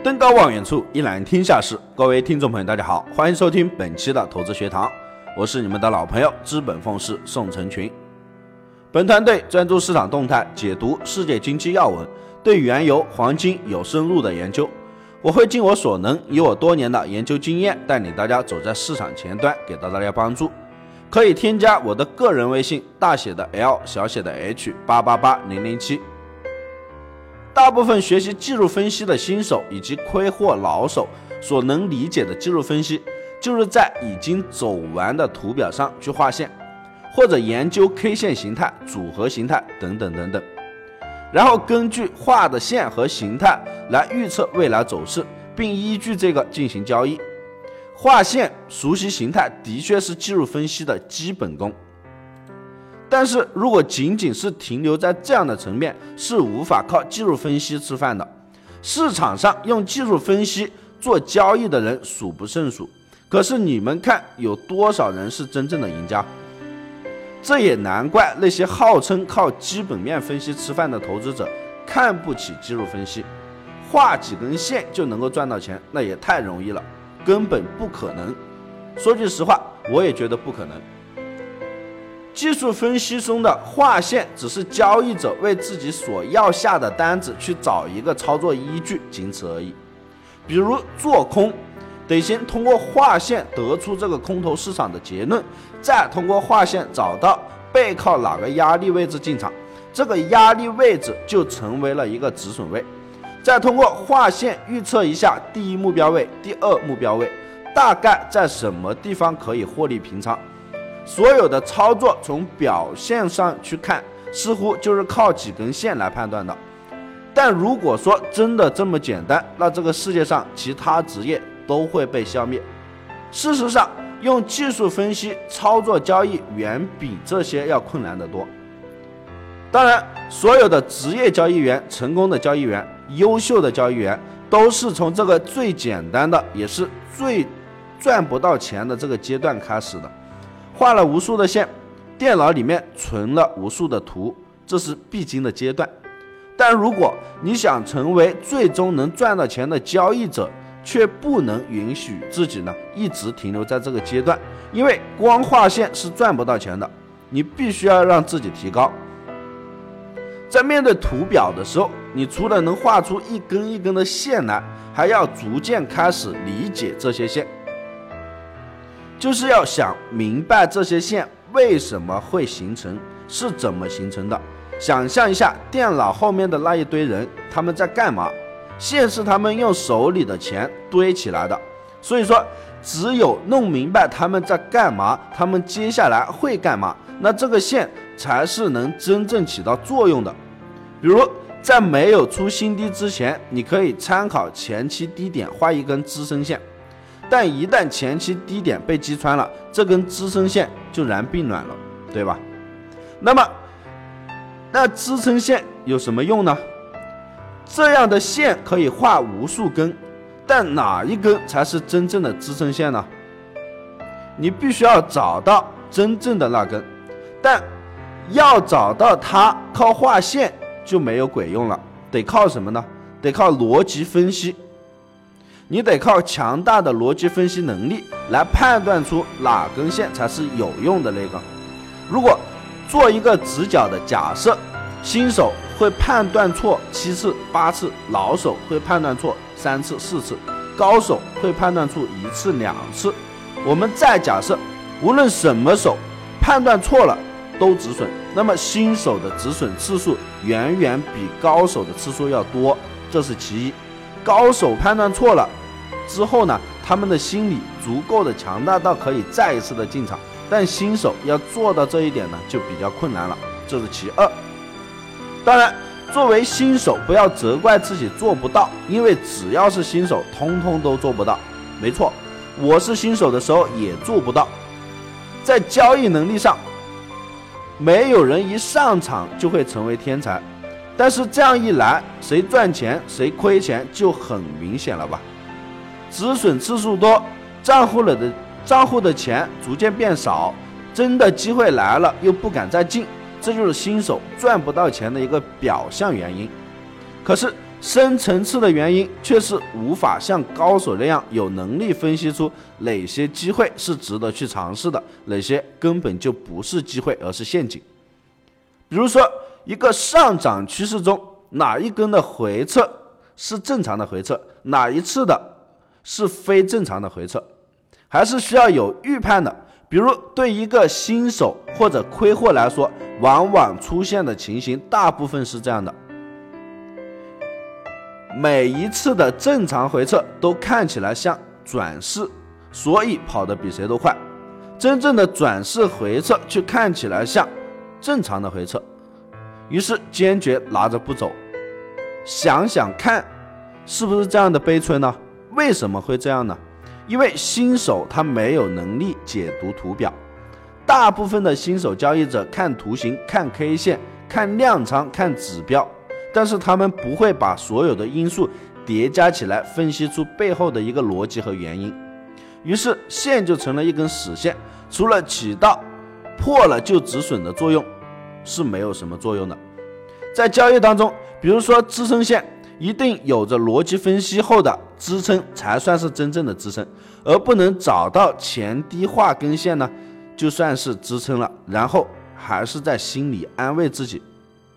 登高望远处，一览天下事。各位听众朋友，大家好，欢迎收听本期的投资学堂，我是你们的老朋友资本凤士宋成群。本团队专注市场动态，解读世界经济要闻，对原油、黄金有深入的研究。我会尽我所能，以我多年的研究经验，带领大家走在市场前端，给到大家帮助。可以添加我的个人微信，大写的 L 小写的 H888007。大部分学习技术分析的新手以及亏货老手所能理解的技术分析，就是在已经走完的图表上去画线，或者研究 K 线形态、组合形态等等等等，然后根据画的线和形态来预测未来走势，并依据这个进行交易。画线、熟悉形态的确是技术分析的基本功，但是如果仅仅是停留在这样的层面，是无法靠技术分析吃饭的。市场上用技术分析做交易的人数不胜数，可是你们看有多少人是真正的赢家？这也难怪那些号称靠基本面分析吃饭的投资者看不起技术分析，画几根线就能够赚到钱，那也太容易了，根本不可能。说句实话，我也觉得不可能。技术分析中的画线只是交易者为自己所要下的单子去找一个操作依据，仅此而已。比如做空，得先通过画线得出这个空头市场的结论，再通过画线找到背靠哪个压力位置进场，这个压力位置就成为了一个止损位，再通过画线预测一下第一目标位、第二目标位大概在什么地方可以获利平仓。所有的操作从表现上去看，似乎就是靠几根线来判断的。但如果说真的这么简单，那这个世界上其他职业都会被消灭。事实上，用技术分析操作交易远比这些要困难得多。当然，所有的职业交易员、成功的交易员、优秀的交易员，都是从这个最简单的，也是最赚不到钱的这个阶段开始的。画了无数的线，电脑里面存了无数的图，这是必经的阶段。但如果你想成为最终能赚到钱的交易者，却不能允许自己呢一直停留在这个阶段，因为光画线是赚不到钱的，你必须要让自己提高。在面对图表的时候，你除了能画出一根一根的线来，还要逐渐开始理解这些线，就是要想明白这些线为什么会形成，是怎么形成的。想象一下电脑后面的那一堆人，他们在干嘛？线是他们用手里的钱堆起来的，所以说只有弄明白他们在干嘛，他们接下来会干嘛，那这个线才是能真正起到作用的。比如在没有出新低之前，你可以参考前期低点画一根支撑线，但一旦前期低点被击穿了，这根支撑线就燃并卵了，对吧？那支撑线有什么用呢？这样的线可以画无数根，但哪一根才是真正的支撑线呢？你必须要找到真正的那根，但要找到它，靠画线就没有鬼用了，得靠什么呢？得靠逻辑分析。你得靠强大的逻辑分析能力来判断出哪根线才是有用的那个。如果做一个直角的假设，新手会判断错7次、8次，老手会判断错3次、4次，高手会判断出1次、2次。我们再假设，无论什么手判断错了都止损，那么新手的止损次数远远比高手的次数要多，这是其一。高手判断错了之后呢，他们的心理足够的强大到可以再一次的进场，但新手要做到这一点呢，就比较困难了，这是其二。当然，作为新手不要责怪自己做不到，因为只要是新手，通通都做不到。没错，我是新手的时候也做不到。在交易能力上，没有人一上场就会成为天才，但是这样一来，谁赚钱谁亏钱就很明显了吧？止损次数多，账户的钱逐渐变少，真的机会来了又不敢再进，这就是新手赚不到钱的一个表象原因。可是深层次的原因却是无法像高手那样有能力分析出哪些机会是值得去尝试的，哪些根本就不是机会而是陷阱。比如说一个上涨趋势中，哪一根的回撤是正常的回撤，哪一次的是非正常的回撤，还是需要有预判的。比如对一个新手或者亏货来说，往往出现的情形大部分是这样的：每一次的正常回撤都看起来像转势，所以跑得比谁都快；真正的转势回撤却看起来像正常的回撤，于是坚决拿着不走。想想看，是不是这样的悲催呢？为什么会这样呢？因为新手他没有能力解读图表，大部分的新手交易者看图形、看 K 线、看量仓、看指标，但是他们不会把所有的因素叠加起来分析出背后的一个逻辑和原因，于是线就成了一根死线，除了起到破了就止损的作用，是没有什么作用的。在交易当中，比如说支撑线一定有着逻辑分析后的支撑才算是真正的支撑，而不能找到前低画根线呢，就算是支撑了，然后还是在心里安慰自己。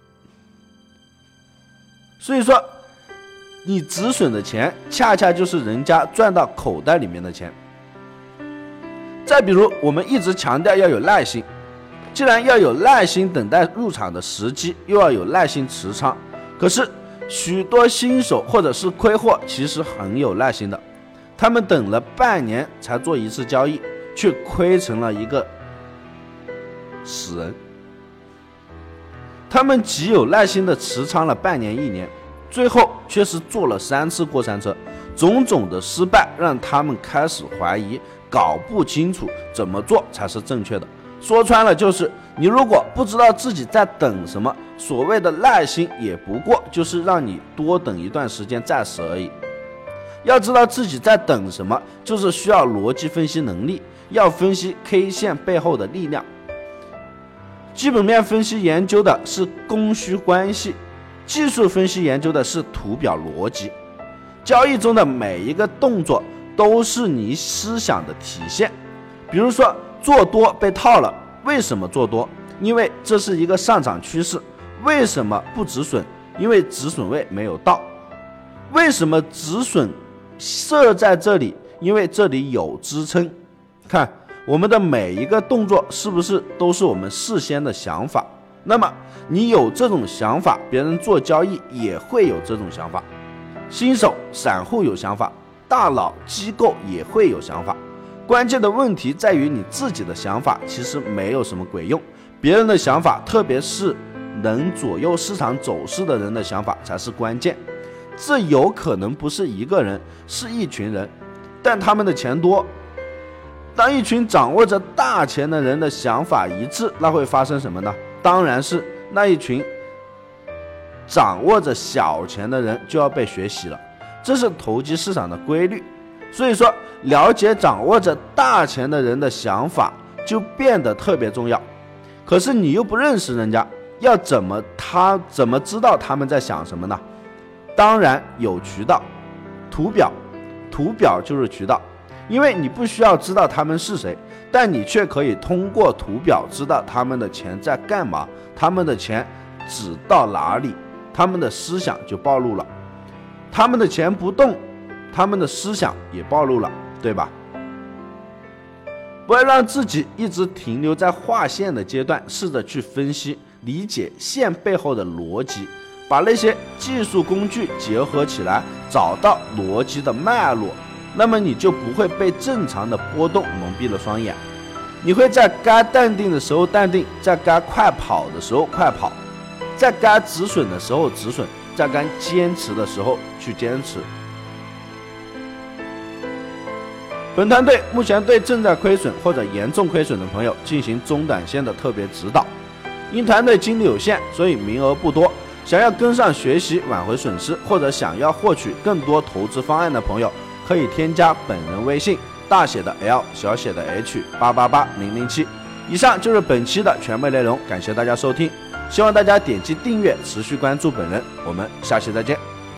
所以说你止损的钱恰恰就是人家赚到口袋里面的钱。再比如我们一直强调要有耐心，既然要有耐心等待入场的时机，又要有耐心持仓，可是许多新手或者是亏货其实很有耐心的，他们等了半年才做一次交易，却亏成了一个死人。他们极有耐心的持仓了半年1年，最后却是做了3次过山车，种种的失败让他们开始怀疑，搞不清楚怎么做才是正确的。说穿了就是，你如果不知道自己在等什么，所谓的耐心也不过就是让你多等一段时间再死而已。要知道自己在等什么，就是需要逻辑分析能力，要分析 K 线背后的力量。基本面分析研究的是供需关系，技术分析研究的是图表逻辑。交易中的每一个动作都是你思想的体现。比如说做多被套了，为什么做多？因为这是一个上涨趋势。为什么不止损？因为止损位没有到。为什么止损设在这里？因为这里有支撑。看我们的每一个动作是不是都是我们事先的想法？那么你有这种想法，别人做交易也会有这种想法。新手散户有想法，大佬机构也会有想法。关键的问题在于你自己的想法其实没有什么鬼用，别人的想法，特别是能左右市场走势的人的想法才是关键。这有可能不是一个人，是一群人，但他们的钱多。当一群掌握着大钱的人的想法一致，那会发生什么呢？当然是那一群掌握着小钱的人就要被学习了，这是投机市场的规律。所以说了解掌握着大钱的人的想法就变得特别重要。可是你又不认识人家，要怎么知道他们在想什么呢？当然有渠道，图表就是渠道。因为你不需要知道他们是谁，但你却可以通过图表知道他们的钱在干嘛，他们的钱指到哪里，他们的思想就暴露了。他们的钱不动，他们的思想也暴露了，对吧？不要让自己一直停留在画线的阶段，试着去分析理解线背后的逻辑，把那些技术工具结合起来，找到逻辑的脉络，那么你就不会被正常的波动蒙蔽了双眼。你会在该淡定的时候淡定，在该快跑的时候快跑，在该止损的时候止损，在该坚持的时候去坚持。本团队目前对正在亏损或者严重亏损的朋友进行中短线的特别指导，因团队精力有限，所以名额不多。想要跟上学习挽回损失，或者想要获取更多投资方案的朋友，可以添加本人微信大写的 L 小写的 H888007。以上就是本期的全部内容，感谢大家收听，希望大家点击订阅，持续关注本人，我们下期再见。